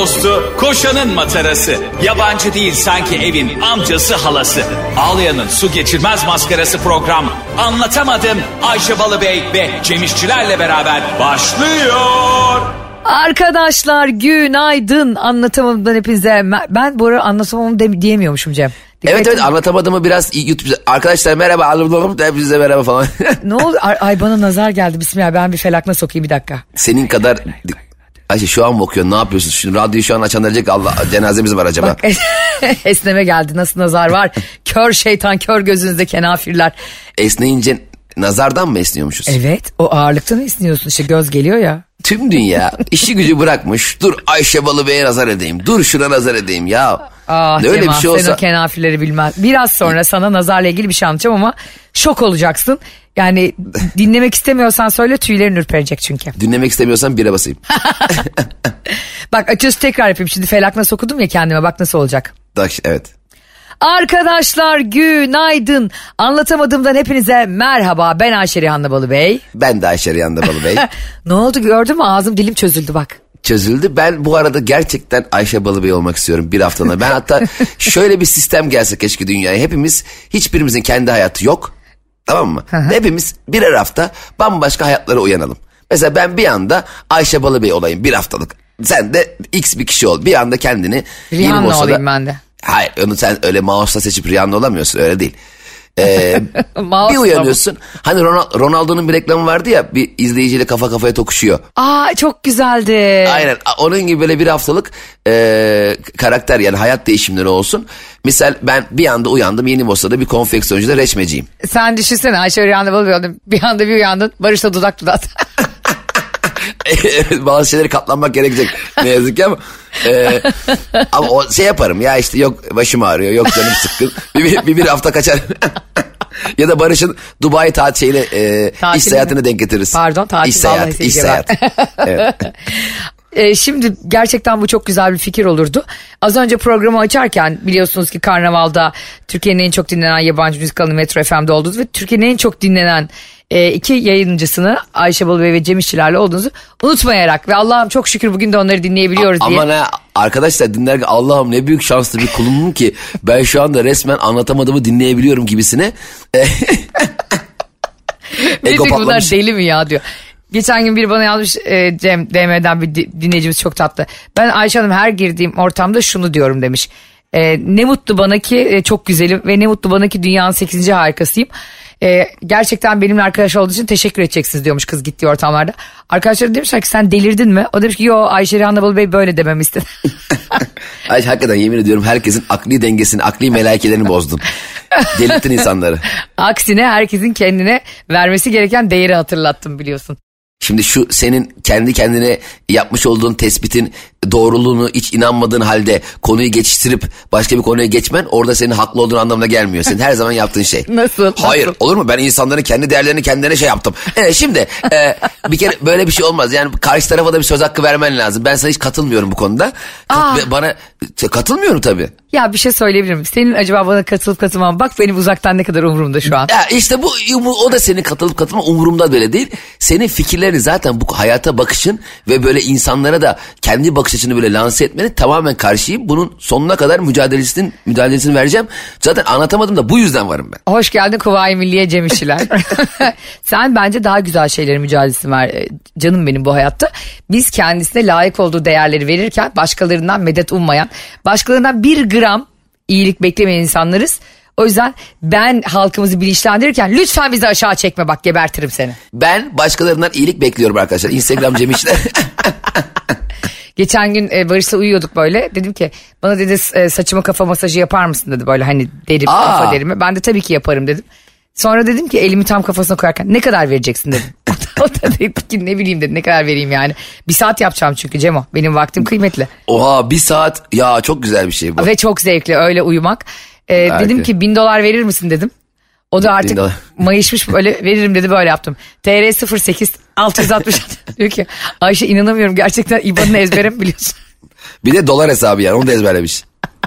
dostu, koşanın matarası. Yabancı değil sanki evin amcası halası. Ağlayan'ın su geçirmez maskarası program. Anlatamadım Ayşe Balıbey ve Cemişçilerle beraber başlıyor. Arkadaşlar günaydın. Anlatamadımdan hepinize. Ben bu ara anlatamam diyemiyormuşum Cem. Evet anlatamadığımı biraz YouTube. Arkadaşlar merhaba, hepinize merhaba falan. Ne oldu? Ay bana nazar geldi. Bismillah, ben bir felakna sokayım bir dakika. Senin kadar... Ayşe şu an mı okuyorsun, ne yapıyorsun? Şimdi radyoyu şu an açan diyecek, Allah cenazemiz var acaba. Bak, esneme geldi, nasıl nazar var. Kör şeytan, kör gözünüzde kenafirler. Esneyince nazardan mı esniyormuşuz? Evet, o ağırlıktan esniyorsun işte, göz geliyor ya. Tüm dünya işi gücü bırakmış. Dur Ayşe Balıbey'e nazar edeyim. Dur şuna nazar edeyim ya. Ah öyle Cema, bir şey olsa... sen o kenafirleri bilmez. Biraz sonra sana nazarla ilgili bir şey anlatacağım ama şok olacaksın. Yani dinlemek istemiyorsan söyle, tüylerin ürperecek çünkü. Dinlemek istemiyorsan bire basayım. Bak açıyoruz, tekrar yapayım. Şimdi felakna sokudum ya kendime, bak nasıl olacak. Evet. Arkadaşlar günaydın. Anlatamadığımdan hepinize merhaba. Ben Ayşe Rihanna Balıbey. Ben de Ayşe Rihanna Balıbey. Ne oldu, gördün mü? Ağzım dilim çözüldü bak. Çözüldü. Ben bu arada gerçekten Ayşe Balıbey olmak istiyorum bir haftalığına. Ben hatta şöyle bir sistem gelse keşke dünyaya. Hepimiz, hiçbirimizin kendi hayatı yok. Tamam mı? Hepimiz birer hafta bambaşka hayatlara uyanalım. Mesela ben bir anda Ayşe Balıbey olayım bir haftalık. Sen de X bir kişi ol. Bir anda kendini... Rihanna olayım ben de. Hayır, onu sen öyle mouse'la seçip Rihanna olamıyorsun, öyle değil. Bir uyanıyorsun. Hani Ronaldo'nun bir reklamı vardı ya, bir izleyiciyle kafa kafaya tokuşuyor. Aa, çok güzeldi. Aynen, onun gibi böyle bir haftalık karakter, yani hayat değişimleri olsun. Misal ben bir anda uyandım, Yeni Mosa'da bir konfeksiyoncuda reçmeciyim. Sen düşünsene, Ayşe Rihanna Balıbey oldun. Bir anda bir uyandın, Barış'la dudak dudak. Bazı şeyleri katlanmak gerekecek ne yazık ki, ama o şey yaparım ya, işte yok başım ağrıyor, yok canım sıkkın, bir hafta kaçar. Ya da Barış'ın Dubai tatiliyle iş seyahatine denk getiririz. Pardon, tatil. İş seyahati. Evet. Şimdi gerçekten bu çok güzel bir fikir olurdu. Az önce programı açarken biliyorsunuz ki Karnaval'da Türkiye'nin en çok dinlenen yabancı müzik kanalı Metro FM'de olduğunuzu ve Türkiye'nin en çok dinlenen iki yayıncısını Ayşe Balıbey ve Cem İşçilerle olduğunuzu unutmayarak ve Allah'ım çok şükür bugün de onları dinleyebiliyoruz diye. Aman ha arkadaşlar, dinlerken Allah'ım ne büyük şanslı bir kulumum ki ben şu anda resmen anlatamadığımı dinleyebiliyorum gibisine. Ego patlamış. Bunlar deli mi ya diyor. Geçen gün biri bana yazmış, Cem, DM'den bir dinleyicimiz, çok tatlı. Ben Ayşe Hanım her girdiğim ortamda şunu diyorum demiş. Ne mutlu bana ki çok güzelim ve ne mutlu bana ki dünyanın 8. harikasıyım. Gerçekten benimle arkadaş olduğu için teşekkür edeceksiniz diyormuş kız gittiği ortamlarda. Arkadaşları demişler ki sen delirdin mi? O demiş ki yo, Ayşe Rihanna Balıbey böyle dememi istedi. Ayşe, hakikaten yemin ediyorum herkesin akli dengesini, akli melaikelerini bozdun. Delirttin insanları. Aksine herkesin kendine vermesi gereken değeri hatırlattım, biliyorsun. Şimdi şu senin kendi kendine yapmış olduğun tespitin doğruluğunu hiç inanmadığın halde konuyu geçiştirip başka bir konuya geçmen, orada senin haklı olduğun anlamına gelmiyor. Senin her zaman yaptığın şey. Nasıl? Hayır, olur mu? Ben insanların kendi değerlerini kendilerine şey yaptım. Şimdi bir kere böyle bir şey olmaz. Yani karşı tarafa da bir söz hakkı vermen lazım. Ben sana hiç katılmıyorum bu konuda. Bana katılmıyorum tabii. Ya bir şey söyleyebilirim. Senin acaba bana katılıp katılmam, bak benim uzaktan ne kadar umurumda şu an. Ya işte o da senin katılıp katılma umurumda böyle değil. Senin fikirlerini zaten, bu hayata bakışın ve böyle insanlara da kendi bakış açını böyle lanse etmeni tamamen karşıyım. Bunun sonuna kadar mücadelesini vereceğim. Zaten anlatamadım da bu yüzden varım ben. Hoş geldin Kuvayi Milliye Cem İşçiler. Sen bence daha güzel şeylerin mücadelesini ver canım benim bu hayatta. Biz kendisine layık olduğu değerleri verirken başkalarından medet ummayan, başkalarından bir gram iyilik beklemeyen insanlarız. O yüzden ben halkımızı bilinçlendirirken lütfen bizi aşağı çekme, bak gebertirim seni. Ben başkalarından iyilik bekliyorum arkadaşlar. Instagram Cem İşçiler. Geçen gün Barış'la uyuyorduk böyle. Dedim ki bana dedi saçıma kafa masajı yapar mısın dedi, böyle hani derim, kafa derimi. Ben de tabii ki yaparım dedim. Sonra dedim ki elimi tam kafasına koyarken ne kadar vereceksin dedim. O da dedi ki ne bileyim dedi, ne kadar vereyim yani. 1 saat yapacağım çünkü Cemo, benim vaktim kıymetli. Oha, 1 saat ya, çok güzel bir şey bu. Ve çok zevkli öyle uyumak. Dedim ki $1000 verir misin dedim. O da artık mayışmış, böyle veririm dedi, böyle yaptım. TR 08 660 diyor ki Ayşe inanamıyorum gerçekten, İBAN'ını ezbere mi biliyorsun? Bir de dolar hesabı, yani onu da ezberlemiş.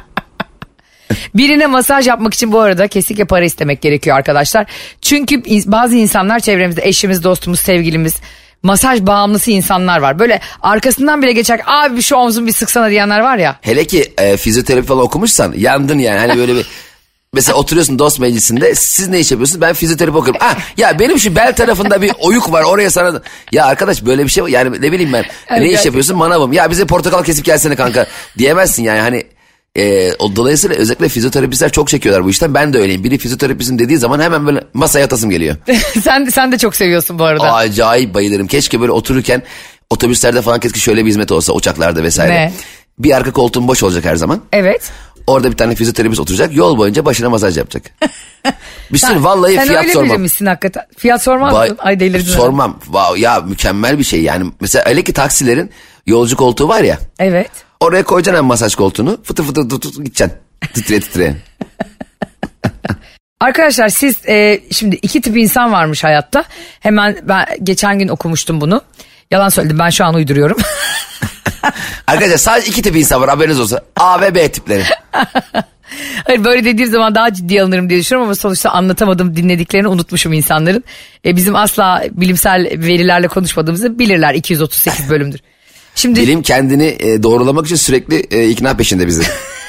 Birine masaj yapmak için bu arada kesinlikle para istemek gerekiyor arkadaşlar. Çünkü bazı insanlar çevremizde, eşimiz, dostumuz, sevgilimiz masaj bağımlısı insanlar var. Böyle arkasından bile geçer abi şu omzum bir sıksana diyenler var ya. Hele ki fizyoterapi falan okumuşsan yandın yani. Hani böyle bir mesela oturuyorsun dost meclisinde, siz ne iş yapıyorsunuz? Ben fizyoterapi okuyorum. Ya benim şu bel tarafında bir oyuk var, oraya sana... Ya arkadaş böyle bir şey var yani, ne bileyim ben. Ne iş yapıyorsun? Manavım. Ya bize portakal kesip gelsene kanka diyemezsin yani hani. Dolayısıyla özellikle fizyoterapistler çok çekiyorlar bu işten. Ben de öyleyim. Biri fizyoterapistsin dediği zaman hemen böyle masaya atasım geliyor. Sen de çok seviyorsun bu arada. Acayip bayılırım. Keşke böyle otururken otobüslerde falan keşke şöyle bir hizmet olsa, uçaklarda vesaire. Ne? Bir arka koltuğun boş olacak her zaman. Evet. Orada bir tane fizyoterapist oturacak. Yol boyunca başına masaj yapacak. Bir sürü vallahi fiyat sormam. Sen öyle biri misin hakikaten? Fiyat sormaz mısın? Ay delirdim. Sormam. Ya mükemmel bir şey yani. Mesela öyle ki taksilerin yolcu koltuğu var ya. Evet. Oraya koyacaksın hem masaj koltuğunu. Fıtır fıtır gideceksin. Titre titre. Arkadaşlar siz şimdi iki tip insan varmış hayatta. Hemen ben geçen gün okumuştum bunu. Yalan söyledim, ben şu an uyduruyorum. Arkadaşlar sadece iki tip insan var, haberiniz olsa. A ve B tipleri. Hayır, böyle dediğim zaman daha ciddi alınırım diye düşünüyorum ama sonuçta anlatamadım, dinlediklerini unutmuşum insanların. Bizim asla bilimsel verilerle konuşmadığımızı bilirler, 238 bölümdür. Şimdi Bilim kendini doğrulamak için sürekli ikna peşinde bizi.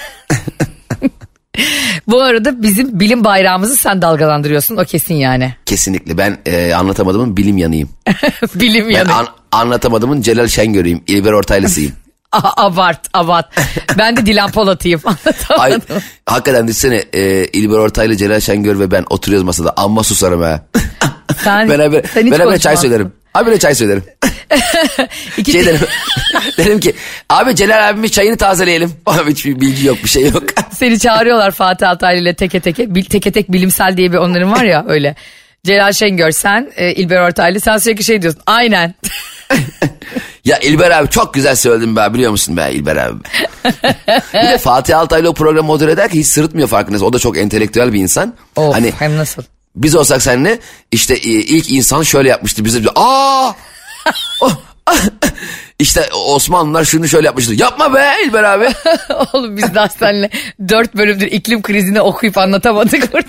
bu arada bizim bilim bayrağımızı sen dalgalandırıyorsun, o kesin yani. Kesinlikle, ben anlatamadığımın bilim yanıyım. Bilim yanı. Ben anlatamadığımın Celal Şengör'üyüm, İlber Ortaylısıyım. Abart. Ben de Dilan Polat'ıyım. Ay, hakikaten düşünsene, İlber Ortaylı, Celal Şengör ve ben oturuyoruz masada, amma susarım ha. Sen ben çay söylerim. Abi böyle çay söylerim. Derim ki abi Celal abimin çayını tazeleyelim. Abi hiçbir bilgi yok, bir şey yok. Seni çağırıyorlar Fatih Altaylı ile teke tek bilimsel diye bir onların var ya öyle. Celal Şengör sen, İlber Ortaylı, sen sürekli şey diyorsun. Aynen. Ya İlber abi çok güzel söyledin be, biliyor musun be İlber abi. Bir de Fatih Altaylı o programı modere ederken hiç sırıtmıyor, farkındayız. O da çok entelektüel bir insan. Of, hani hem nasıl? Biz olsak seninle işte ilk insan şöyle yapmıştı. Bize işte Osmanlılar şunu şöyle yapmıştı. Yapma be İlber abi. Oğlum biz daha seninle 4 bölümdür iklim krizini okuyup anlatamadık burada.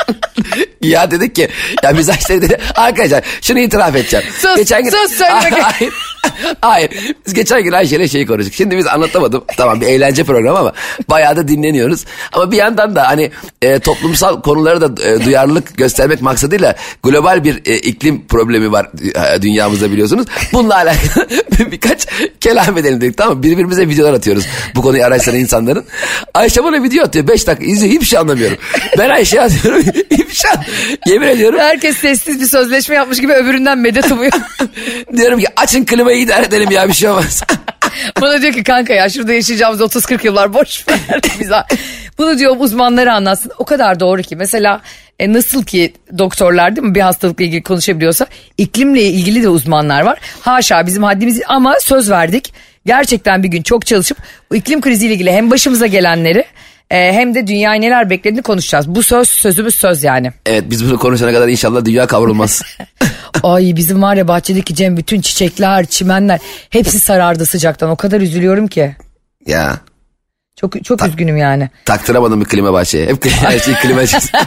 Ya dedik ki ya biz işte dedi, arkadaşlar şunu itiraf edeceğim. Sus söyle. Hayır. Biz geçen gün Ayşe'yle şeyi konuştuk. Şimdi biz anlatamadım. Tamam, bir eğlence programı ama bayağı da dinleniyoruz. Ama bir yandan da hani toplumsal konulara da duyarlılık göstermek maksadıyla global bir iklim problemi var dünyamızda, biliyorsunuz. Bununla alakalı birkaç kelam edelim dedik, tamam mı? Birbirimize videolar atıyoruz bu konuyu araştıran insanların. Ayşe bana video atıyor, 5 dakika izliyor, hiçbir şey anlamıyorum. Ben Ayşe'ye atıyorum, hiçbir şey yemin ediyorum. Herkes sessiz bir sözleşme yapmış gibi öbüründen medet umuyor. Diyorum ki açın klimayı idare edelim ya, bir şey olmaz. Bana diyor ki kanka ya şurada yaşayacağımız 30-40 yıllar boş ver bize. Bunu diyor uzmanları anlatsın. O kadar doğru ki mesela nasıl ki doktorlar değil mi bir hastalıkla ilgili konuşabiliyorsa iklimle ilgili de uzmanlar var. Haşa bizim haddimiz, ama söz verdik. Gerçekten bir gün çok çalışıp bu iklim kriziyle ilgili hem başımıza gelenleri hem de dünyayı neler beklediğini konuşacağız. Bu sözümüz söz yani. Evet, biz bunu konuşana kadar inşallah dünya kavrulmaz. Ay bizim var ya bahçedeki Cem, bütün çiçekler, çimenler hepsi sarardı sıcaktan. O kadar üzülüyorum ki. Ya. Çok üzgünüm yani. Taktıramadım bir klima bahçeye. Hep her şey klima çıksın.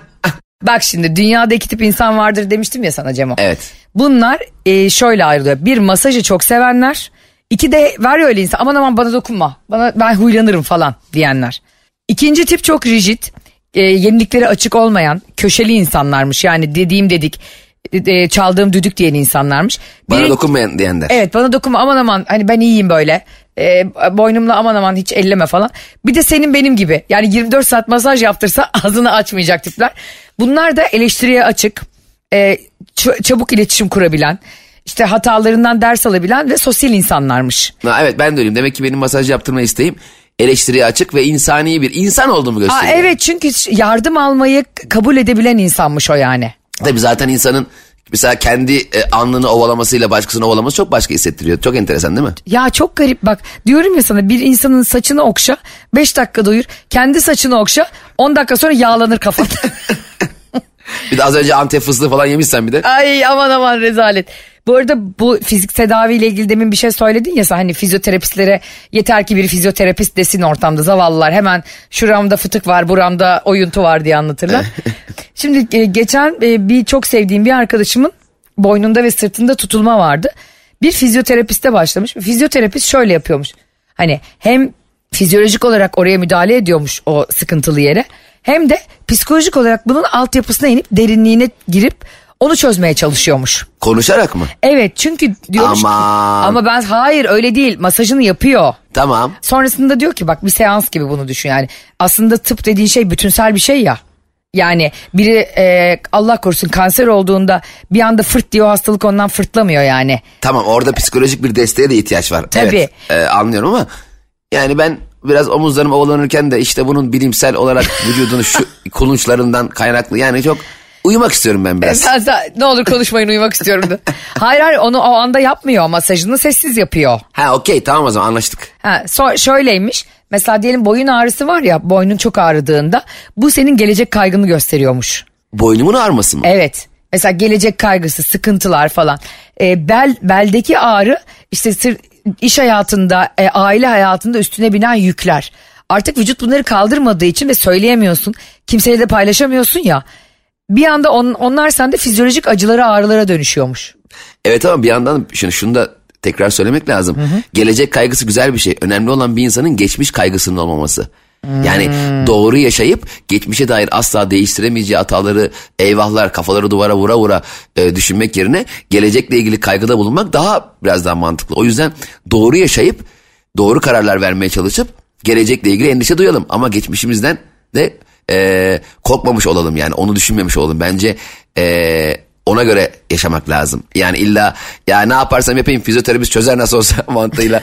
Bak şimdi dünyada iki tip insan vardır demiştim ya sana Cemo. Evet. Bunlar şöyle ayrılıyor. Bir, masajı çok sevenler. İki de var ya öyle insan, aman bana dokunma, ben huylanırım falan diyenler. İkinci tip çok rigid, yeniliklere açık olmayan köşeli insanlarmış. Yani dediğim dedik, çaldığım düdük diyen insanlarmış. Bana dokunmayan diyenler. Evet, bana dokunma, aman hani ben iyiyim böyle. Boynumla aman hiç elleme falan. Bir de senin benim gibi yani 24 saat masaj yaptırsa ağzını açmayacak tipler. Bunlar da eleştiriye açık, çabuk iletişim kurabilen, işte hatalarından ders alabilen ve sosyal insanlarmış. Evet, ben de öyleyim. Demek ki benim masaj yaptırma isteğim eleştiriye açık ve insani bir insan olduğumu gösteriyor. Evet, çünkü yardım almayı kabul edebilen insanmış o yani. Tabii zaten insanın mesela kendi alnını ovalamasıyla başkasını ovalaması çok başka hissettiriyor. Çok enteresan değil mi? Ya çok garip bak, diyorum ya sana, bir insanın saçını okşa 5 dakika uyur, kendi saçını okşa 10 dakika sonra yağlanır kafan. Bir de az önce Antep fıstığı falan yemişsen bir de. Ay aman rezalet. Bu arada bu fizik tedaviyle ilgili demin bir şey söyledin ya sen, hani fizyoterapistlere yeter ki bir fizyoterapist desin ortamda, zavallılar hemen şuramda fıtık var buramda oyuntu var diye anlatırlar. Şimdi geçen bir çok sevdiğim bir arkadaşımın boynunda ve sırtında tutulma vardı. Bir fizyoterapiste başlamış. Fizyoterapist şöyle yapıyormuş. Hani hem fizyolojik olarak oraya müdahale ediyormuş o sıkıntılı yere. Hem de psikolojik olarak bunun altyapısına inip derinliğine girip onu çözmeye çalışıyormuş. Konuşarak mı? Evet, çünkü diyormuş ki ama ben hayır öyle değil, masajını yapıyor. Tamam. Sonrasında diyor ki bak bir seans gibi bunu düşün yani. Aslında tıp dediğin şey bütünsel bir şey ya. Yani biri Allah korusun kanser olduğunda bir anda fırt diye o hastalık ondan fırtlamıyor yani. Tamam, orada psikolojik bir desteğe de ihtiyaç var. Tabii. Evet, anlıyorum ama yani ben biraz omuzlarım ovalanırken de işte bunun bilimsel olarak vücudunun şu kulunçlarından kaynaklı yani çok uyumak istiyorum ben biraz. Ne olur konuşmayın, uyumak istiyorum da. Hayır onu o anda yapmıyor, masajını sessiz yapıyor. Ha okey, tamam o zaman anlaştık. Ha, şöyleymiş mesela diyelim boyun ağrısı var ya, boynun çok ağrıdığında bu senin gelecek kaygını gösteriyormuş. Boynumun ağrıması mı? Evet. Mesela gelecek kaygısı, sıkıntılar falan. Beldeki ağrı işte iş hayatında, aile hayatında üstüne binen yükler. Artık vücut bunları kaldırmadığı için ve söyleyemiyorsun. Kimseyle de paylaşamıyorsun ya. Bir anda onlar sende fizyolojik acılara, ağrılara dönüşüyormuş. Evet ama bir yandan şunu da tekrar söylemek lazım. Hı hı. Gelecek kaygısı güzel bir şey. Önemli olan bir insanın geçmiş kaygısının olmaması. Yani doğru yaşayıp geçmişe dair asla değiştiremeyeceği hataları, eyvahlar, kafaları duvara vura vura düşünmek yerine gelecekle ilgili kaygıda bulunmak biraz daha mantıklı. O yüzden doğru yaşayıp doğru kararlar vermeye çalışıp gelecekle ilgili endişe duyalım. Ama geçmişimizden de korkmamış olalım, yani onu düşünmemiş olalım. Bence ona göre yaşamak lazım. Yani illa ya ne yaparsam yapayım fizyoterapist çözer nasıl olsa mantığıyla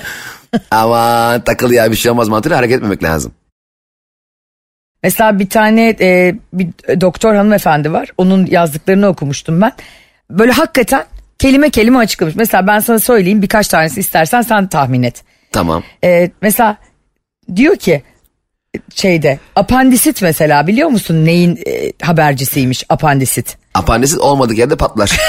aman takıl ya bir şey olmaz mantığıyla hareket etmemek lazım. Mesela bir tane bir doktor hanımefendi var. Onun yazdıklarını okumuştum ben. Böyle hakikaten kelime kelime açıklamış. Mesela ben sana söyleyeyim, birkaç tanesi istersen sen tahmin et. Tamam. Mesela diyor ki apandisit mesela, biliyor musun neyin habercisiymiş apandisit? Apandisit olmadık yerde patlar.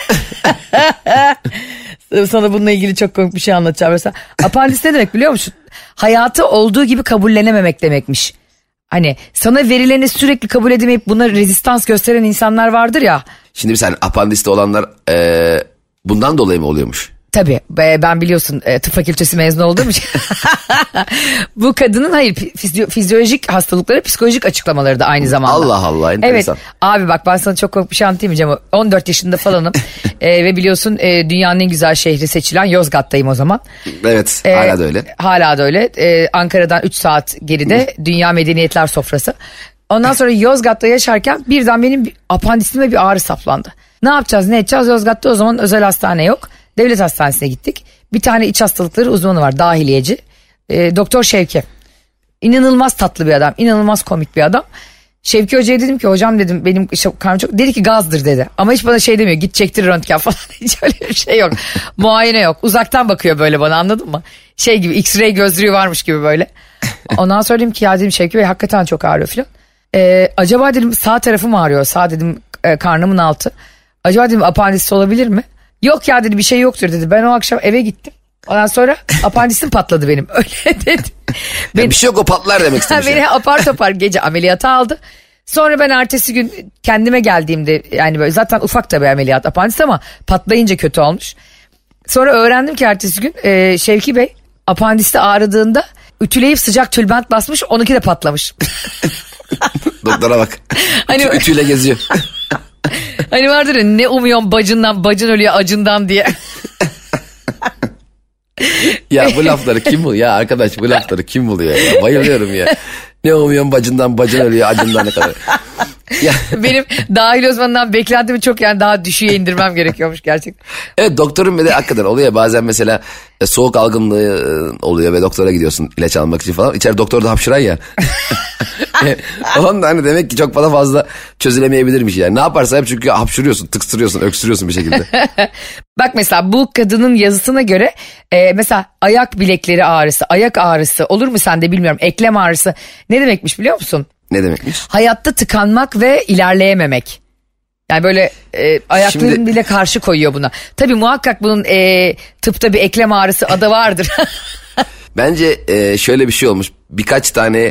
Sana bununla ilgili çok komik bir şey anlatacağım. Mesela apandisit ne demek biliyor musun? Hayatı olduğu gibi kabullenememek demekmiş. Hani sana verileni sürekli kabul edemeyip buna rezistans gösteren insanlar vardır ya. Şimdi bir saniye, apandiste olanlar bundan dolayı mı oluyormuş? Tabii ben biliyorsun tıp fakültesi mezunu olduğum için. Bu kadının fizyolojik hastalıkları, psikolojik açıklamaları da aynı zamanda. Allah Allah, enteresan. Evet abi bak ben sana çok komik bir şey anlatayım. 14 yaşında falanım ve biliyorsun dünyanın en güzel şehri seçilen Yozgat'tayım o zaman. Evet hala da öyle. Hala da öyle. Ankara'dan 3 saat geride Dünya Medeniyetler Sofrası. Ondan sonra Yozgat'ta yaşarken birden benim apandisime bir ağrı saplandı. Ne yapacağız, ne edeceğiz? Yozgat'ta o zaman özel hastane yok. Devlet hastanesine gittik. Bir tane iç hastalıkları uzmanı var, dahiliyeci. Doktor Şevki. İnanılmaz tatlı bir adam, inanılmaz komik bir adam. Şevki Hoca'ya dedim ki hocam dedim benim karnım çok, dedi ki gazdır dedi. Ama hiç bana demiyor, git çektir röntgen falan, hiç öyle bir şey yok. Muayene yok, uzaktan bakıyor böyle bana, anladın mı? Gibi X-ray gözlüğü varmış gibi böyle. Ondan sonra dedim ki ya dedim Şevki Bey hakikaten çok ağrıyor falan. Acaba dedim sağ tarafım ağrıyor, sağ dedim karnımın altı. Acaba dedim apandisit olabilir mi? Yok ya dedi, bir şey yoktur dedi. Ben o akşam eve gittim. Ondan sonra apandisim patladı benim. Öyle dedi. Bir şey yok, o patlar demek istemiş. Beni apar topar gece ameliyata aldı. Sonra ben ertesi gün kendime geldiğimde, yani böyle zaten ufak da bir ameliyat apandisit ama patlayınca kötü olmuş. Sonra öğrendim ki ertesi gün Şevki Bey apandiste ağrıdığında ütüleyip sıcak tülbent basmış, onunki de patlamış. Doktora bak. Hani ütüyle geziyor. Hani vardır ya, ne umuyorsun bacından, bacın ölüyor acından diye. Ya bu lafları kim buluyor? Ya arkadaş bu lafları kim buluyor ya? Bayılıyorum ya. Ne umuyorsun bacından, bacın ölüyor acından ne kadar. Ya. Benim dahil uzmanından beklentimi çok daha düşüğe indirmem gerekiyormuş gerçekten. Evet, doktorun bir de hakikaten oluyor bazen mesela soğuk algınlığı oluyor ve doktora gidiyorsun ilaç almak için falan. İçeri doktor da hapşıran ya. Ondan hani demek ki çok fazla çözülemeyebilirmiş yani. Ne yaparsa hep çünkü hapşırıyorsun, tıksırıyorsun, öksürüyorsun bir şekilde. Bak mesela bu kadının yazısına göre mesela ayak bilekleri ağrısı, ayak ağrısı olur mu sende bilmiyorum. Eklem ağrısı ne demekmiş biliyor musun? Ne demekmiş? Hayatta tıkanmak ve ilerleyememek. Yani böyle ayakların bile karşı koyuyor buna. Tabii muhakkak bunun tıpta bir eklem ağrısı adı vardır. Bence şöyle bir şey olmuş. Birkaç tane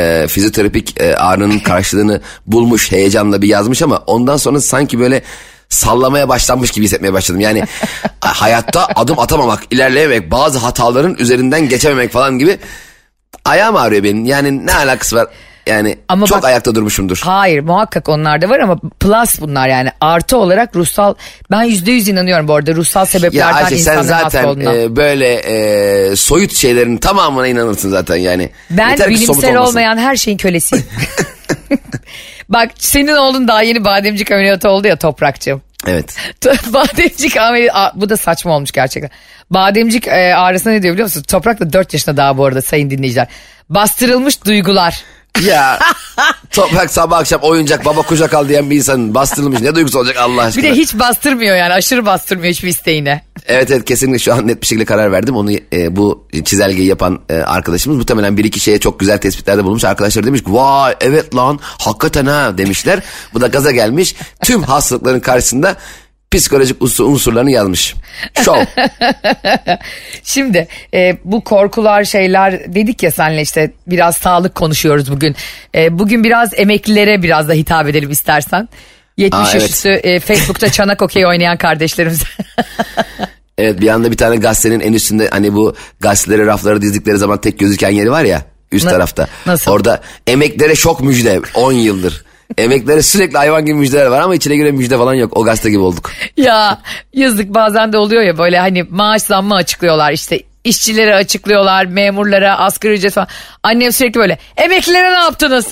fizyoterapik ağrının karşılığını bulmuş, heyecanla bir yazmış ama ondan sonra sanki böyle sallamaya başlanmış gibi hissetmeye başladım. Yani hayatta adım atamamak, ilerleyememek, bazı hataların üzerinden geçememek falan gibi ayağım ağrıyor benim. Yani ne alakası var? Yani ama çok ayakta durmuşumdur. Hayır, muhakkak onlarda var ama plus bunlar yani artı olarak ruhsal, ben %100 inanıyorum bu arada ruhsal sebeplerden Ayşe, insanların hasta olduğuna. sen zaten böyle soyut şeylerin tamamına inanırsın zaten yani. Ben yeter bilimsel olmayan her şeyin kölesiyim. Bak senin oğlun daha yeni bademcik ameliyatı oldu ya Toprakçığım. Evet. Bademcik ameliyatı, bu da saçma olmuş gerçekten. Bademcik ağrısına ne diyor biliyor musun? Toprak da 4 yaşında daha bu arada sayın dinleyiciler. Bastırılmış duygular. Ya Toprak sabah akşam oyuncak baba kucak al diyen bir insanın bastırılmış ne duygusu olacak Allah aşkına. Bir de hiç bastırmıyor yani, aşırı bastırmıyor hiçbir isteğine. Evet kesinlikle şu an net bir şekilde karar verdim. Onu bu çizelgeyi yapan arkadaşımız muhtemelen bir iki şeye çok güzel tespitlerde bulmuş. Arkadaşlar demiş ki vay evet lan hakikaten ha demişler. Bu da gaza gelmiş, tüm hastalıkların karşısında psikolojik unsurlarını yazmış. Şov. Şimdi bu korkular şeyler dedik ya senle, işte biraz sağlık konuşuyoruz bugün. Bugün biraz emeklilere biraz da hitap edelim istersen. 70 yaş üstü Facebook'ta çanak okey oynayan kardeşlerimiz. Evet, bir anda bir tane gazetenin en üstünde hani bu gazeteleri rafları dizdikleri zaman tek gözüken yeri var ya üst tarafta. Nasıl? Orada emeklere şok müjde 10 yıldır. Emeklere sürekli hayvan gibi müjdeler var ama içine göre müjde falan yok. O gazete gibi olduk. Ya yazık, bazen de oluyor ya böyle hani maaş zammı açıklıyorlar, işte işçilere açıklıyorlar, memurlara, asgari ücret falan. Annem sürekli böyle emeklilere ne yaptınız?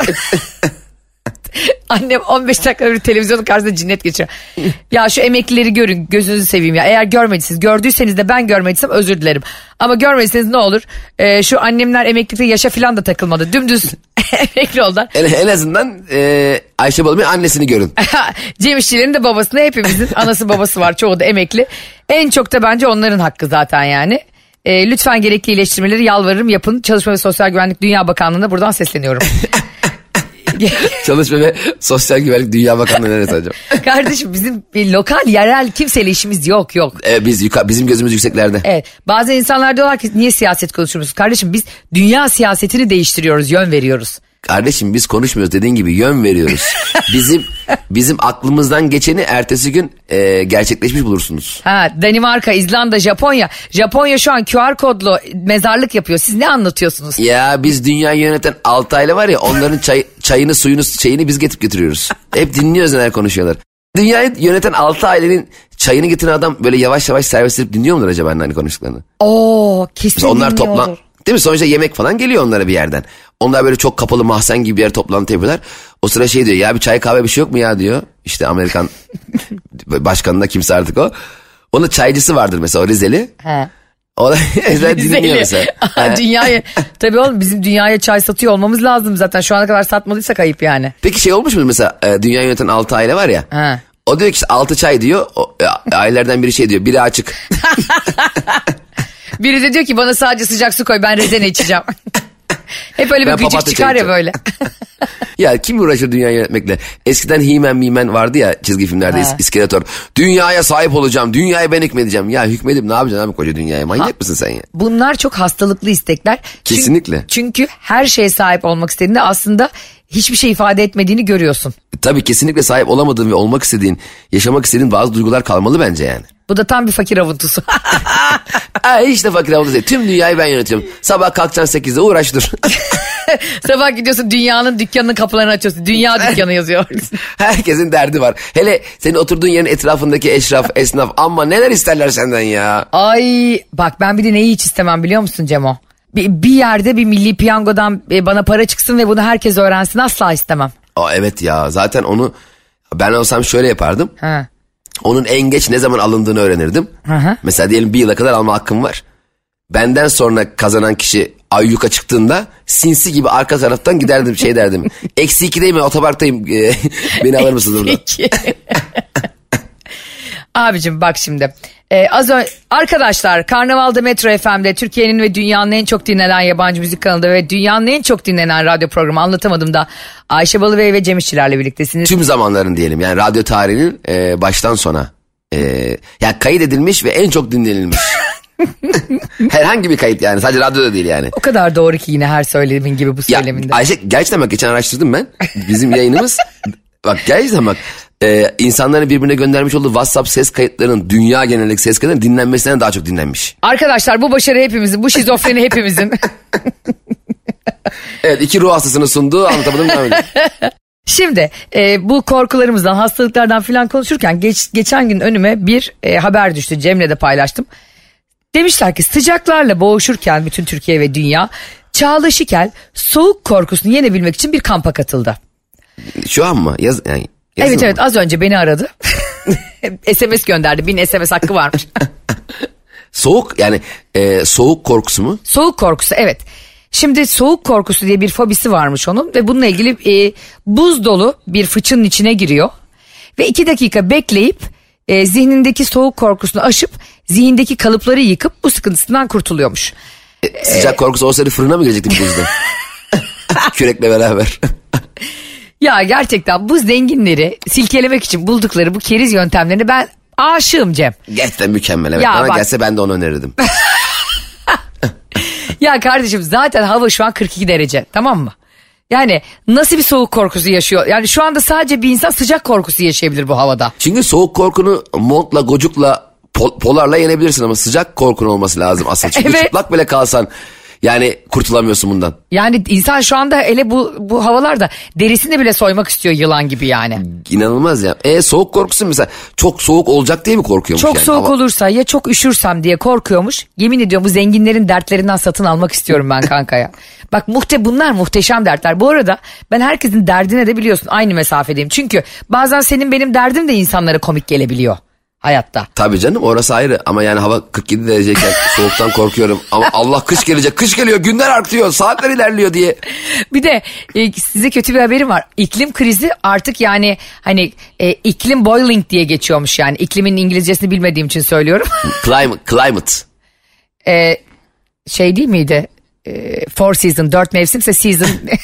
Annem 15 dakika bir televizyonun karşısında cinnet geçiriyor. Ya şu emeklileri görün, gözünüzü seveyim ya. Eğer görmediyseniz, gördüyseniz de ben görmediysem özür dilerim. Ama görmediyseniz ne olur? Şu annemler emeklilikte yaşa falan da takılmadı. Dümdüz emekli oldular. En azından Ayşe Balıbey'in annesini görün. Cem İşçilerin de babasında, hepimizin anası babası var. Çoğu da emekli. En çok da bence onların hakkı zaten yani. Lütfen gerekli iyileştirmeleri yalvarırım yapın. Çalışma ve Sosyal Güvenlik Dünya Bakanlığı'na buradan sesleniyorum. Çalışma ve Sosyal Güvenlik Dünya Bakanlığı neresi acaba? Kardeşim bizim bir lokal yerel kimseyle işimiz yok. Bizim gözümüz yükseklerde. Evet, bazı insanlar diyorlar ki niye siyaset konuşuyoruz? Kardeşim biz dünya siyasetini değiştiriyoruz, yön veriyoruz. Kardeşim biz konuşmuyoruz, dediğin gibi yön veriyoruz. Bizim aklımızdan geçeni ertesi gün gerçekleşmiş bulursunuz. Danimarka, İzlanda, Japonya. Japonya şu an QR kodlu mezarlık yapıyor. Siz ne anlatıyorsunuz? Ya biz dünyayı yöneten 6 aile var ya, onların çayını suyunu şeyini biz getirip getiriyoruz. Hep dinliyoruz neler konuşuyorlar. Dünyayı yöneten 6 ailenin çayını getiren adam böyle yavaş yavaş servis edip dinliyor mudur acaba hani konuştuklarını? Kesin mesela onlar değil mi? Sonuçta yemek falan geliyor onlara bir yerden. Onlar böyle çok kapalı mahzen gibi bir yer toplantı yapıyorlar. O sıra şey diyor ya, bir çay kahve bir şey yok mu ya diyor. İşte Amerikan başkanında kimse artık o. Onun çaycısı vardır mesela, o Rizeli. O da dinliyor mesela. Dünyaya, tabii oğlum bizim dünyaya çay satıyor olmamız lazım zaten. Şu ana kadar satmadıysak ayıp yani. Peki şey olmuş mu mesela, dünyayı yöneten 6 aile var ya. O diyor ki işte 6 çay diyor. Ailelerden biri şey diyor, biri açık. Biri de diyor ki bana sadece sıcak su koy, ben rezene içeceğim. Hep öyle bir gıcık çıkar ya böyle. Ya kim uğraşır dünyayı yönetmekle? Eskiden He-Man vardı ya çizgi filmlerde, İskeletor. Dünyaya sahip olacağım, dünyaya ben hükmedeceğim. Ya hükmedip ne yapacaksın abi koca dünyaya? Manyak mısın sen ya? Bunlar çok hastalıklı istekler. Kesinlikle. Çünkü her şeye sahip olmak istediğinde aslında hiçbir şey ifade etmediğini görüyorsun. Tabii kesinlikle sahip olamadığın ve olmak istediğin, yaşamak istediğin bazı duygular kalmalı bence yani. Bu da tam bir fakir avuntusu. Hiç de fakir avuntusu değil. Tüm dünyayı ben yönetiyorum. Sabah kalkacaksın 8'de uğraş dur. Sabah gidiyorsun dünyanın dükkanının kapılarını açıyorsun. Dünya dükkanı yazıyor. Herkesin derdi var. Hele senin oturduğun yerin etrafındaki eşraf, esnaf ama neler isterler senden ya. Ay bak ben bir de neyi hiç istemem biliyor musun Cemo? Bir yerde bir milli piyangodan bana para çıksın ve bunu herkes öğrensin, asla istemem. Evet ya, zaten onu ben olsam şöyle yapardım. Onun en geç ne zaman alındığını öğrenirdim. Mesela diyelim bir yıla kadar alma hakkım var. Benden sonra kazanan kişi ayyuka çıktığında sinsi gibi arka taraftan giderdim, şey derdim. -2'deyim ben, otoparktayım, beni alır mısınız orada? Abicim bak şimdi az önce arkadaşlar, Karnaval'da Metro FM'de Türkiye'nin ve dünyanın en çok dinlenen yabancı müzik kanalında ve dünyanın en çok dinlenen radyo programı Anlatamadım da Ayşe Balıbey ve Cem İşçilerle birliktesiniz. Tüm zamanların diyelim yani radyo tarihinin baştan sona yani kaydedilmiş ve en çok dinlenilmiş. Herhangi bir kayıt yani, sadece radyoda değil yani. O kadar doğru ki yine her söylediğin gibi bu söyleminde. Ayşe gerçekten bak, geçen araştırdım ben bizim yayınımız. Bak gerçekten bak, insanların birbirine göndermiş olduğu WhatsApp ses kayıtlarının, dünya genelindeki ses kayıtlarının dinlenmesinden daha çok dinlenmiş. Arkadaşlar bu başarı hepimizin, bu şizofreni hepimizin. Evet, 2 ruh hastasının sunduğu anlatamadım. Şimdi bu korkularımızdan, hastalıklardan falan konuşurken geçen gün önüme bir haber düştü. Cem'le de paylaştım. Demişler ki sıcaklarla boğuşurken bütün Türkiye ve dünya, Çağla Şikel soğuk korkusunu yenebilmek için bir kampa katıldı. Şu an mı? Evet evet, az önce beni aradı. SMS gönderdi. 1000 SMS hakkı varmış. Soğuk yani soğuk korkusu mu? Soğuk korkusu, evet. Şimdi soğuk korkusu diye bir fobisi varmış onun ve bununla ilgili buz dolu bir fıçının içine giriyor. Ve 2 dakika bekleyip zihnindeki soğuk korkusunu aşıp zihindeki kalıpları yıkıp bu sıkıntısından kurtuluyormuş. Sıcak korkusu olsaydı fırına mı girecektik buzda? Kürekle beraber. Ya gerçekten bu zenginleri silkelemek için buldukları bu keriz yöntemlerini ben aşığım Cem. Gerçekten mükemmel, evet. Ya bana bak, gelse ben de onu önerirdim. Ya kardeşim zaten hava şu an 42 derece, tamam mı? Yani nasıl bir soğuk korkusu yaşıyor? Yani şu anda sadece bir insan sıcak korkusu yaşayabilir bu havada. Çünkü soğuk korkunu montla, gocukla, polarla yenebilirsin ama sıcak korkun olması lazım asıl. Çünkü Evet. çıplak bile kalsan yani kurtulamıyorsun bundan. Yani insan şu anda hele bu havalarda derisini bile soymak istiyor yılan gibi yani. İnanılmaz ya. Soğuk korkusu mesela çok soğuk olacak diye mi korkuyormuş? Çok yani? soğuk olursa ya çok üşürsem diye korkuyormuş. Yemin ediyorum bu zenginlerin dertlerinden satın almak istiyorum ben kankaya. Bak bunlar muhteşem dertler. Bu arada ben herkesin derdine de biliyorsun aynı mesafedeyim. Çünkü bazen senin benim derdim de insanlara komik gelebiliyor hayatta. Tabii canım, orası ayrı ama yani hava 47 dereceyken soğuktan korkuyorum. Ama Allah kış gelecek, kış geliyor, günler artıyor, saatler ilerliyor diye. Bir de size kötü bir haberim var. İklim krizi artık yani hani iklim boiling diye geçiyormuş yani. İklimin İngilizcesini bilmediğim için söylüyorum. Climate. Şey değil miydi? 4 season, 4 mevsimse season.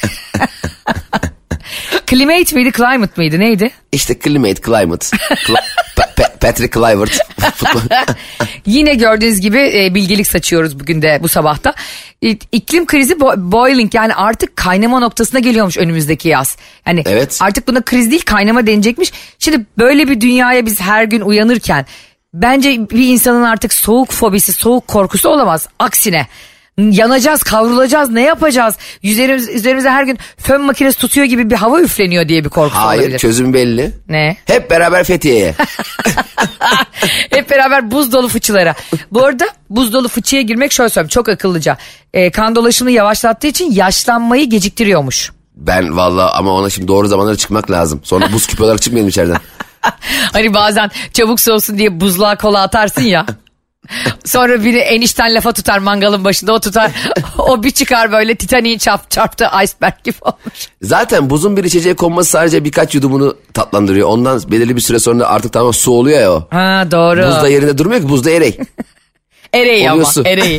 Climate miydi, climate mıydı, neydi? İşte climate. Patrick Kluivert. Yine gördüğünüz gibi bilgelik saçıyoruz bugün de bu sabahta. İklim krizi boiling, yani artık kaynama noktasına geliyormuş önümüzdeki yaz. Yani evet. Artık buna kriz değil kaynama denecekmiş. Şimdi böyle bir dünyaya biz her gün uyanırken bence bir insanın artık soğuk fobisi, soğuk korkusu olamaz. Aksine yanacağız, kavrulacağız, ne yapacağız? Üzerimize her gün fön makinesi tutuyor gibi bir hava üfleniyor diye bir korkusu olabilir. Hayır, çözüm belli. Ne? Hep beraber Fethiye'ye. Hep beraber buz dolu fıçılara. Bu arada buz dolu fıçıya girmek şöyle söyleyeyim, çok akıllıca. Kan dolaşımını yavaşlattığı için yaşlanmayı geciktiriyormuş. Ben vallahi ama ona şimdi doğru zamanlara çıkmak lazım. Sonra buz küpü olarak çıkmayalım içeriden. Hani bazen çabuk soğusun diye buzluğa kola atarsın ya. Sonra biri enişten lafa tutar mangalın başında, o tutar. O bir çıkar böyle Titanic'in çarptığı iceberg gibi olmuş. Zaten buzun bir içeceğe konması sadece birkaç yudumunu tatlandırıyor. Ondan belirli bir süre sonra artık tamam su oluyor ya o. Ha doğru. Buzda yerinde durmuyor ki, buzda erey. Ereği ama ereği.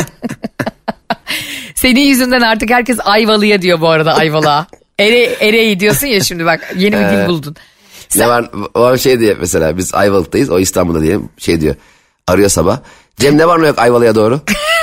Senin yüzünden artık herkes Ayvalı'ya diyor bu arada, Ayvalığa. Ereği diyorsun ya şimdi, bak yeni bir dil buldun. Ne var şey diye mesela, biz Ayvalık'tayız, o İstanbul'da diyelim, şey diyor. Arıyor sabah. Cem ne var ne yok Ayvalık'a doğru?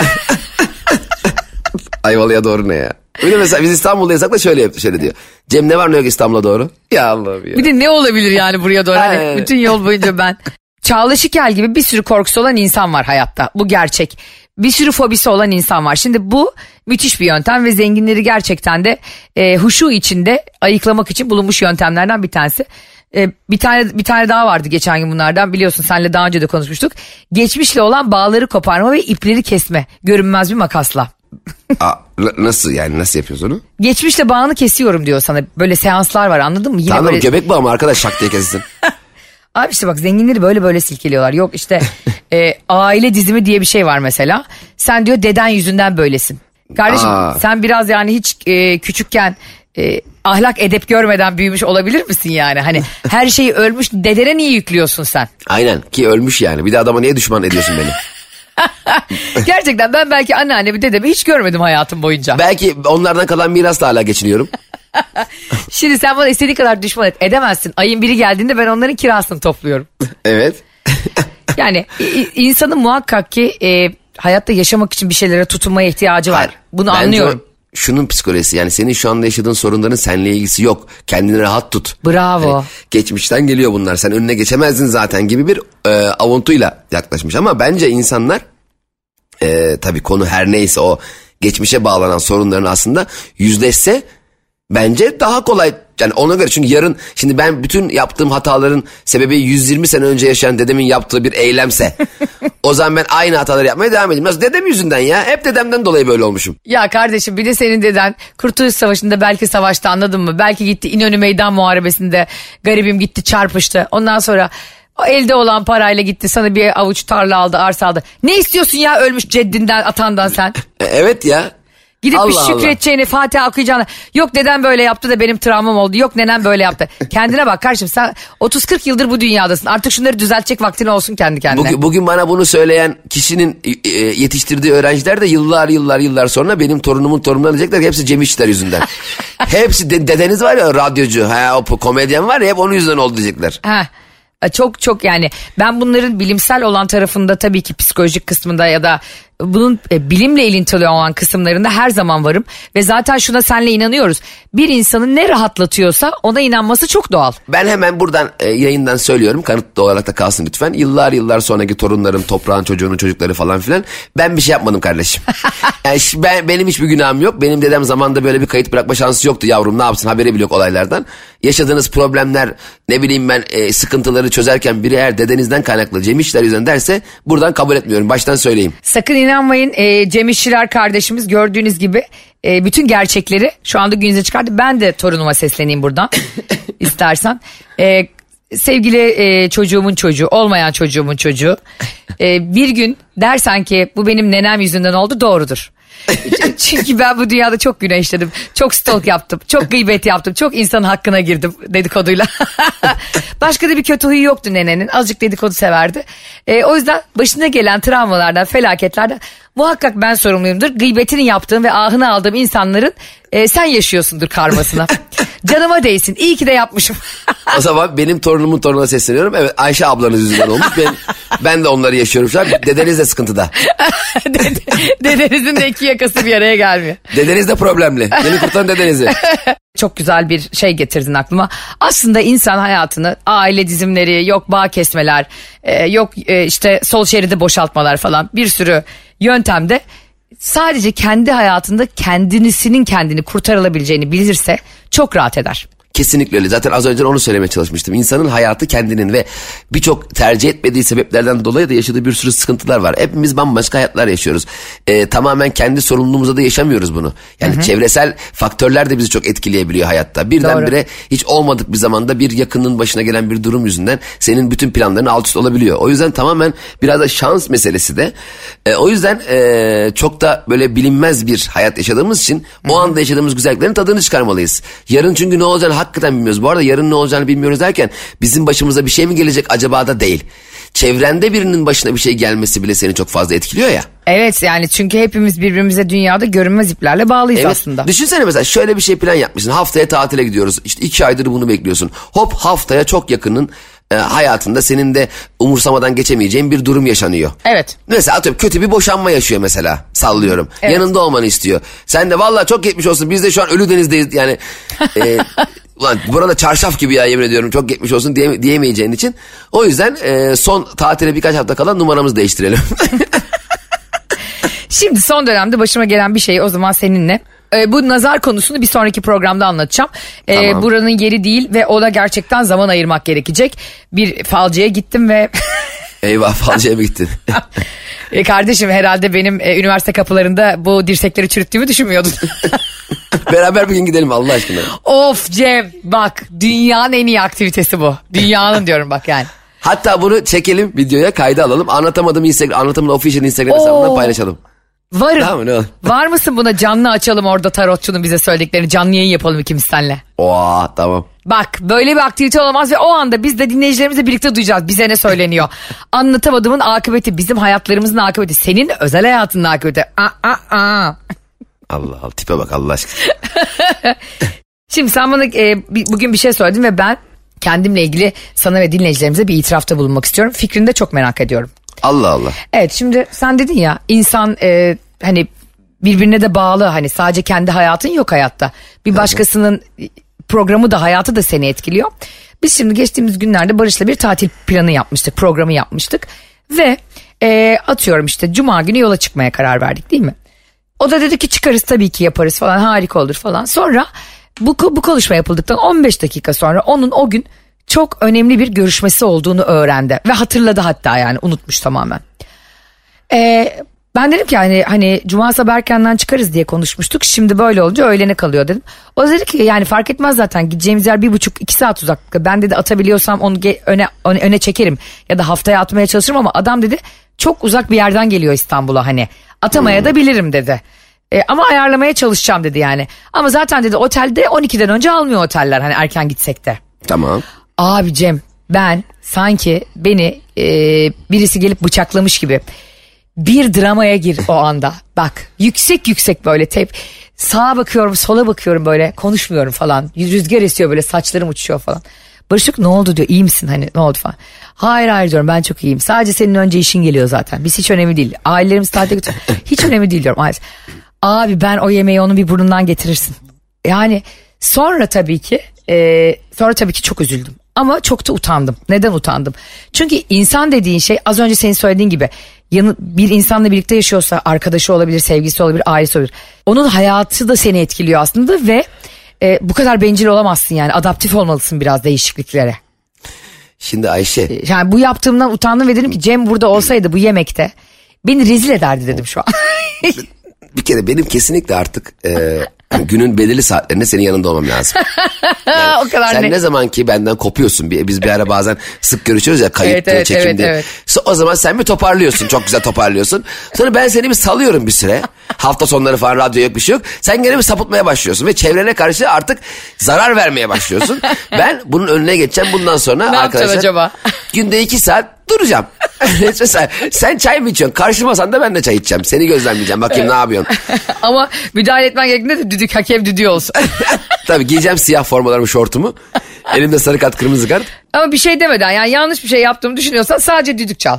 Ayvalık'a doğru ne ya? Öyle mesela biz İstanbul'daysak da şöyle diyor. Cem ne var ne yok İstanbul'a doğru? Ya Allah'ım ya. Bir de ne olabilir yani buraya doğru? Hani bütün yol boyunca ben. Çağla Şikel gibi bir sürü korkusu olan insan var hayatta. Bu gerçek. Bir sürü fobisi olan insan var. Şimdi bu müthiş bir yöntem ve zenginleri gerçekten de huşu içinde ayıklamak için bulunmuş yöntemlerden bir tanesi. Bir tane daha vardı geçen gün bunlardan, biliyorsun, seninle daha önce de konuşmuştuk. Geçmişle olan bağları koparma ve ipleri kesme görünmez bir makasla. Nasıl yani, nasıl yapıyorsun onu? Geçmişle bağını kesiyorum diyor sana, böyle seanslar var, anladın mı? Yine tamam, böyle... göbek bağı mı arkadaş, şak diye kessin. Abi işte bak, zenginleri böyle silkeliyorlar. Yok işte aile dizimi diye bir şey var mesela. Sen diyor deden yüzünden böylesin. Kardeşim sen biraz yani hiç küçükken ahlak edep görmeden büyümüş olabilir misin yani? Hani her şeyi ölmüş dedene niye yüklüyorsun sen? Aynen, ki ölmüş yani. Bir de adama niye düşman ediyorsun beni? Gerçekten ben belki anneannemi dedemi hiç görmedim hayatım boyunca. Belki onlardan kalan mirasla hala geçiniyorum. Şimdi sen bana istediğin kadar düşman edemezsin. Ayın biri geldiğinde ben onların kirasını topluyorum. Evet. Yani insanın muhakkak ki hayatta yaşamak için bir şeylere tutunmaya ihtiyacı var. Hayır, bunu anlıyorum. şunun psikolojisi, yani senin şu anda yaşadığın sorunların seninle ilgisi yok. Kendini rahat tut. Bravo. Hani geçmişten geliyor bunlar. Sen önüne geçemezdin zaten gibi bir avuntuyla yaklaşmış. Ama bence insanlar tabii konu her neyse o geçmişe bağlanan sorunların aslında yüzleşse bence daha kolay. Yani ona göre, çünkü yarın şimdi ben bütün yaptığım hataların sebebi 120 sene önce yaşayan dedemin yaptığı bir eylemse o zaman ben aynı hataları yapmaya devam edeyim. Nasıl, dedem yüzünden ya, hep dedemden dolayı böyle olmuşum. Ya kardeşim, bir de senin deden Kurtuluş Savaşı'nda belki savaşta, anladın mı? Belki gitti İnönü Meydan Muharebesi'nde, garibim gitti çarpıştı. Ondan sonra o elde olan parayla gitti sana bir avuç tarla aldı, arsa aldı. Ne istiyorsun ya ölmüş ceddinden, atandan sen? Evet ya. Gidip Allah bir şükredeceğini, Fatiha okuyacağını. Yok dedem böyle yaptı da benim travmam oldu. Yok nenem böyle yaptı. Kendine bak kardeşim, sen 30-40 yıldır bu dünyadasın. Artık şunları düzeltecek vaktin olsun kendi kendine. Bugün bana bunu söyleyen kişinin yetiştirdiği öğrenciler de yıllar sonra benim torunumun torununu diyecekler ki hepsi Cem İşçiler yüzünden. Hepsi dedeniz var ya, radyocu, o komedyen var ya, hep onun yüzünden oldu diyecekler. Çok yani ben bunların bilimsel olan tarafında, tabii ki psikolojik kısmında ya da bunun bilimle ilintili olan kısımlarında her zaman varım. Ve zaten şuna senle inanıyoruz. Bir insanın ne rahatlatıyorsa ona inanması çok doğal. Ben hemen buradan yayından söylüyorum, kanıtlı olarak da kalsın lütfen. Yıllar sonraki torunlarım, toprağın çocuğunun çocukları falan filan, ben bir şey yapmadım kardeşim. Yani benim hiçbir günahım yok. Benim dedem zamanında böyle bir kayıt bırakma şansı yoktu yavrum, ne yapsın, haberi bile yok olaylardan. Yaşadığınız problemler, ne bileyim ben, sıkıntıları çözerken biri eğer dedenizden kaynaklı, Cem İşçiler yüzünden derse buradan kabul etmiyorum, baştan söyleyeyim. Sakın inanmayın, Cem İşçiler kardeşimiz gördüğünüz gibi bütün gerçekleri şu anda gün yüzüne çıkardı. Ben de torunuma sesleneyim buradan istersen. Sevgili çocuğumun çocuğu, olmayan çocuğumun çocuğu, bir gün dersen ki bu benim nenem yüzünden oldu, doğrudur. Çünkü ben bu dünyada çok günah işledim. Çok stalk yaptım. Çok gıybet yaptım. Çok insanın hakkına girdim dedikoduyla. Başka da bir kötü huyu yoktu nenenin. Azıcık dedikodu severdi. O yüzden başına gelen travmalardan, felaketlerden muhakkak ben sorumluyumdur. Gıybetini yaptığım ve ahını aldığım insanların sen yaşıyorsundur karmasına. Canıma değsin. İyi ki de yapmışım. O zaman benim torunumun torununa sesleniyorum. Evet, Ayşe ablanız yüzünden olmuş. Ben de onları yaşıyorum şu an. Dedeniz de sıkıntıda. Dedenizin de iki yakası bir araya gelmiyor. Dedeniz de problemli. Beni kurtarın dedenizi. Çok güzel bir şey getirdin aklıma. Aslında insan hayatını, aile dizimleri, yok bağ kesmeler, yok işte sol şeridi boşaltmalar falan, bir sürü yöntemde sadece kendi hayatında kendini kurtarılabileceğini bilirse çok rahat eder. Kesinlikle öyle. Zaten az önce onu söylemeye çalışmıştım. İnsanın hayatı kendinin ve birçok tercih etmediği sebeplerden dolayı da yaşadığı bir sürü sıkıntılar var. Hepimiz bambaşka hayatlar yaşıyoruz. Tamamen kendi sorumluluğumuza da yaşamıyoruz bunu. Yani çevresel faktörler de bizi çok etkileyebiliyor hayatta. Birdenbire hiç olmadık bir zamanda bir yakının başına gelen bir durum yüzünden senin bütün planların alt üst olabiliyor. O yüzden tamamen biraz da şans meselesi de. O yüzden çok da böyle bilinmez bir hayat yaşadığımız için o anda yaşadığımız güzelliklerin tadını çıkarmalıyız. Yarın çünkü ne olacağını hakikaten bilmiyoruz. Bu arada yarın ne olacağını bilmiyoruz derken bizim başımıza bir şey mi gelecek acaba da değil. Çevrende birinin başına bir şey gelmesi bile seni çok fazla etkiliyor ya. Evet, yani çünkü hepimiz birbirimize dünyada görünmez iplerle bağlıyız aslında. Düşünsene mesela şöyle bir şey plan yapmışsın. Haftaya tatile gidiyoruz. İşte 2 aydır bunu bekliyorsun. Hop, haftaya çok yakının hayatında senin de umursamadan geçemeyeceğin bir durum yaşanıyor. Evet. Mesela atıyorum kötü bir boşanma yaşıyor mesela, sallıyorum. Evet. Yanında olmanı istiyor. Sen de vallahi çok geçmiş olsun, biz de şu an Ölüdeniz'deyiz yani. Ulan burada çarşaf gibi ya, yemin ediyorum çok geçmiş olsun diyemeyeceğin için. O yüzden son tatile birkaç hafta kala numaramızı değiştirelim. Şimdi son dönemde başıma gelen bir şey o zaman seninle. Bu nazar konusunu bir sonraki programda anlatacağım. Tamam. Buranın yeri değil ve ona gerçekten zaman ayırmak gerekecek. Bir falcıya gittim ve... Eyvah, falcıya mı gittin? Kardeşim herhalde benim üniversite kapılarında bu dirsekleri çürüttüğümü düşünmüyordun. Beraber bir gün gidelim Allah aşkına. Of Cem, bak dünyanın en iyi aktivitesi bu. Dünyanın diyorum bak yani. Hatta bunu çekelim, videoya kayda alalım. Anlatamadım official Instagram hesabından paylaşalım. Varım. Tamam, ne olur. Var mısın buna, canlı açalım orada tarotçunun bize söylediklerini, canlı yayın yapalım ikimiz seninle. Tamam. Bak böyle bir aktivite olamaz ve o anda biz de dinleyicilerimizle birlikte duyacağız bize ne söyleniyor. Anlatamadığımın akıbeti, bizim hayatlarımızın akıbeti, senin özel hayatının akıbeti. Allah Allah, tipe bak Allah aşkına. Şimdi sen bana bugün bir şey söyledin ve ben kendimle ilgili sana ve dinleyicilerimize bir itirafta bulunmak istiyorum. Fikrini de çok merak ediyorum. Allah Allah. Evet, şimdi sen dedin ya, insan hani birbirine de bağlı, hani sadece kendi hayatın yok hayatta. Bir başkasının programı da, hayatı da seni etkiliyor. Biz şimdi geçtiğimiz günlerde Barış'la bir tatil planı yapmıştık, programı yapmıştık ve atıyorum işte cuma günü yola çıkmaya karar verdik, değil mi? O da dedi ki çıkarız tabii ki, yaparız falan, harika olur falan. Sonra bu konuşma yapıldıktan 15 dakika sonra onun o gün çok önemli bir görüşmesi olduğunu öğrendi ve hatırladı, hatta yani unutmuş tamamen. Ben dedim ki hani cuma sabah erkenden çıkarız diye konuşmuştuk, şimdi böyle olunca öğlene kalıyor dedim. O dedi ki yani fark etmez zaten, gideceğimiz yer 1,5-2 saat uzaklıkta, ben dedi atabiliyorsam onu öne çekerim ya da haftaya atmaya çalışırım, ama adam dedi çok uzak bir yerden geliyor İstanbul'a, hani atamaya da bilirim dedi. Ama ayarlamaya çalışacağım dedi yani. Ama zaten dedi otelde 12'den önce almıyor oteller, hani erken gitsek de. Tamam. Abi Cem, ben sanki beni birisi gelip bıçaklamış gibi bir dramaya gir o anda. Bak yüksek böyle sağa bakıyorum, sola bakıyorum, böyle konuşmuyorum falan. Rüzgar esiyor, böyle saçlarım uçuyor falan. Barışık ne oldu diyor, iyi misin, hani ne oldu falan. Hayır diyorum, ben çok iyiyim. Sadece senin önce işin geliyor zaten. Biz hiç önemli değil. Ailelerimiz tatile götürüyor. Hiç önemli değil diyorum. Abi ben o yemeği onun bir burnundan getirirsin. Yani sonra tabii ki çok üzüldüm. Ama çok da utandım. Neden utandım? Çünkü insan dediğin şey, az önce senin söylediğin gibi, bir insanla birlikte yaşıyorsa arkadaşı olabilir, sevgisi olabilir, ailesi olabilir. Onun hayatı da seni etkiliyor aslında ve bu kadar bencil olamazsın yani. Adaptif olmalısın biraz değişikliklere. Şimdi Ayşe. Yani bu yaptığımdan utandım ve dedim ki Cem burada olsaydı bu yemekte beni rezil ederdi dedim şu an. Bir kere benim kesinlikle artık günün belirli saatlerinde senin yanında olmam lazım. Yani o kadar sen ne zaman ki benden kopuyorsun, biz bir ara bazen sık görüşüyoruz ya, kayıttı, çekimdi. Evet. O zaman sen bir toparlıyorsun, çok güzel toparlıyorsun. Sonra ben seni bir salıyorum bir süre. Hafta sonları falan radyo yok, bir şey yok. Sen gene bir sapıtmaya başlıyorsun ve çevrene karşı artık zarar vermeye başlıyorsun. Ben bunun önüne geçeceğim bundan sonra. Ne arkadaşlar acaba? Günde 2 saat duracağım. Mesela sen çay mı içiyorsun? Karşımasan da ben de çay içeceğim. Seni gözlemleyeceğim. Bakayım ne yapıyorsun? Ama müdahale etmen gerektiğinde de düdük, hakem düdüğü olsun. Tabii giyeceğim siyah formalarımı, şortumu. Elimde sarı kart, kırmızı kart. Ama bir şey demeden, yani yanlış bir şey yaptığımı düşünüyorsan sadece düdük çal.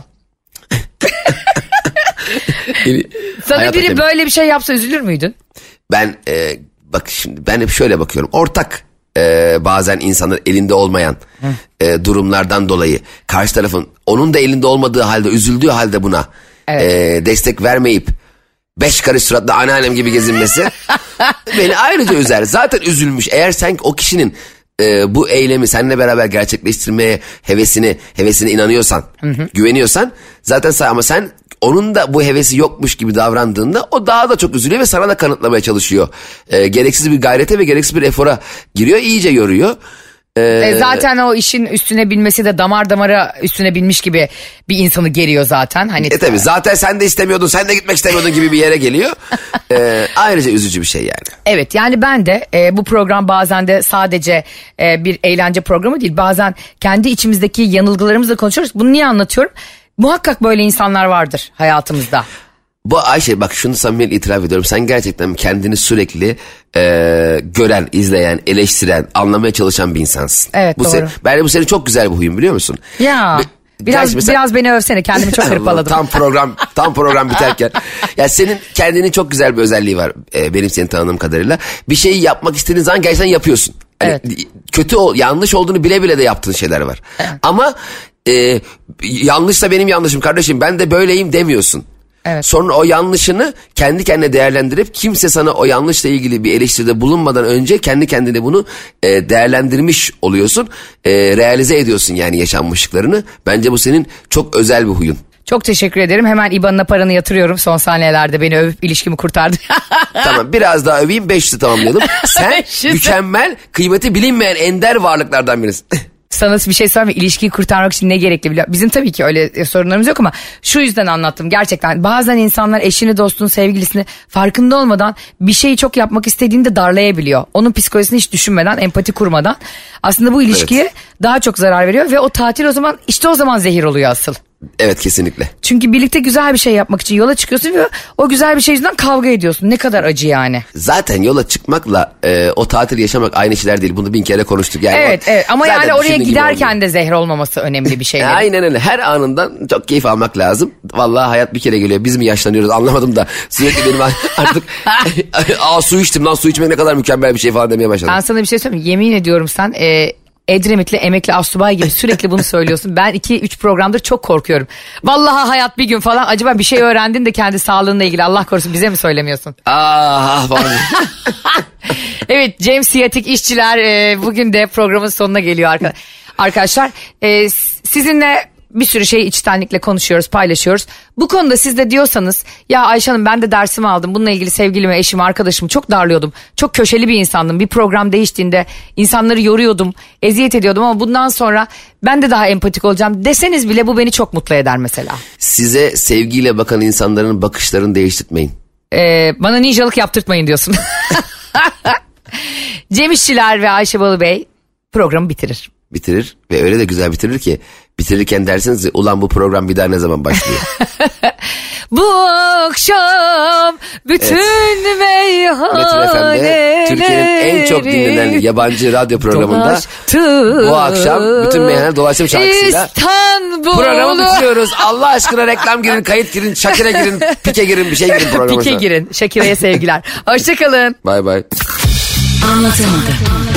Sana biri böyle bir şey yapsa üzülür müydün? Ben bak şimdi ben hep şöyle bakıyorum. Ortak bazen insanların elinde olmayan durumlardan dolayı karşı tarafın, onun da elinde olmadığı halde, üzüldüğü halde buna destek vermeyip 5 karış suratla anneannem gibi gezinmesi beni ayrıca üzer. Zaten üzülmüş. Eğer sen o kişinin bu eylemi seninle beraber gerçekleştirmeye hevesine inanıyorsan, güveniyorsan zaten ama sen onun da bu hevesi yokmuş gibi davrandığında o daha da çok üzülüyor ve sana da kanıtlamaya çalışıyor. Gereksiz bir gayrete ve gereksiz bir efora giriyor, iyice yoruyor. Zaten o işin üstüne binmesi de damar damara üstüne binmiş gibi bir insanı geriyor zaten. Hani tabii zaten sen de istemiyordun, sen de gitmek istemiyordun gibi bir yere geliyor. Ayrıca üzücü bir şey yani. Evet, yani ben de bu program bazen de sadece bir eğlence programı değil. Bazen kendi içimizdeki yanılgılarımızla konuşuyoruz. Bunu niye anlatıyorum? Muhakkak böyle insanlar vardır hayatımızda. Bu Ayşe, bak şunu samimiyetle itiraf ediyorum. Sen gerçekten kendini sürekli gören, izleyen, eleştiren, anlamaya çalışan bir insansın. Evet, doğru. Bence bu senin çok güzel bir huyun, biliyor musun? Ya biraz beni övsene, kendimi çok hırpaladım. tam program biterken. Ya senin kendinin çok güzel bir özelliği var, benim seni tanıdığım kadarıyla. Bir şeyi yapmak istediğin zaman gerçekten yapıyorsun. Hani kötü yanlış olduğunu bile bile de yaptığın şeyler var. Evet. Ama yanlışsa benim yanlışım kardeşim, ben de böyleyim demiyorsun. Evet. Sonra o yanlışını kendi kendine değerlendirip, kimse sana o yanlışla ilgili bir eleştiride bulunmadan önce kendi kendine bunu değerlendirmiş oluyorsun. Realize ediyorsun yani yaşanmışlıklarını. Bence bu senin çok özel bir huyun. Çok teşekkür ederim. Hemen IBAN'ına paranı yatırıyorum. Son saniyelerde beni övüp ilişkimi kurtardı. Tamam, biraz daha öveyim, 500'ü tamamlayalım. Sen mükemmel, kıymeti bilinmeyen ender varlıklardan birisin. Sana bir şey söyleyeyim mi? İlişkiyi kurtarmak için ne gerekli biliyor. Bizim tabii ki öyle sorunlarımız yok ama şu yüzden anlattım. Gerçekten bazen insanlar eşini, dostunu, sevgilisini farkında olmadan bir şeyi çok yapmak istediğinde darlayabiliyor. Onun psikolojisini hiç düşünmeden, empati kurmadan aslında bu ilişkiye daha çok zarar veriyor ve o tatil o zaman zehir oluyor asıl. Evet, kesinlikle. Çünkü birlikte güzel bir şey yapmak için yola çıkıyorsun ve o güzel bir şey yüzünden kavga ediyorsun. Ne kadar acı yani. Zaten yola çıkmakla o tatil yaşamak aynı şeyler değil. Bunu bin kere konuştuk. Yani evet ama yani oraya giderken de zehir olmaması önemli bir şey. Aynen öyle. Her anından çok keyif almak lazım. Vallahi hayat bir kere geliyor. Biz mi yaşlanıyoruz anlamadım da. Sürekli benim artık su içtim lan, su içmek ne kadar mükemmel bir şey falan demeye başladım. Ben sana bir şey söyleyeyim. Yemin ediyorum sen Edremitli emekli astsubay gibi sürekli bunu söylüyorsun. Ben 2-3 programdır çok korkuyorum. Vallahi hayat bir gün falan, acaba bir şey öğrendin de kendi sağlığınla ilgili, Allah korusun, bize mi söylemiyorsun? Falan. Evet, Cem Siyatik İşçiler bugün de programın sonuna geliyor arkadaşlar. Sizinle bir sürü şeyi içtenlikle konuşuyoruz, paylaşıyoruz. Bu konuda siz de diyorsanız, ya Ayşe Hanım ben de dersimi aldım, bununla ilgili sevgilimi, eşimi, arkadaşımı çok darlıyordum. Çok köşeli bir insandım. Bir program değiştiğinde insanları yoruyordum, eziyet ediyordum ama bundan sonra ben de daha empatik olacağım deseniz bile bu beni çok mutlu eder mesela. Size sevgiyle bakan insanların bakışlarını değiştirmeyin. Bana ninjalık yaptırtmayın diyorsun. Cem İşçiler ve Ayşe Balıbey programı bitirir. Bitirir ve öyle de güzel bitirir ki bitirirken dersiniz ulan bu program bir daha ne zaman başlıyor? Bu akşam bütün meyhaneleri Türkiye'nin en çok dinlenen yabancı radyo programında bu akşam bütün meyhaneler dolaşım şarkısıyla İstanbul. Programı bitiriyoruz. Allah aşkına reklam girin, kayıt girin, Şakir'e girin, Pike girin, bir şey girin programımıza. Pike girin. Şakir'e sevgiler. Hoşçakalın. Bay bay. Anlatamadım.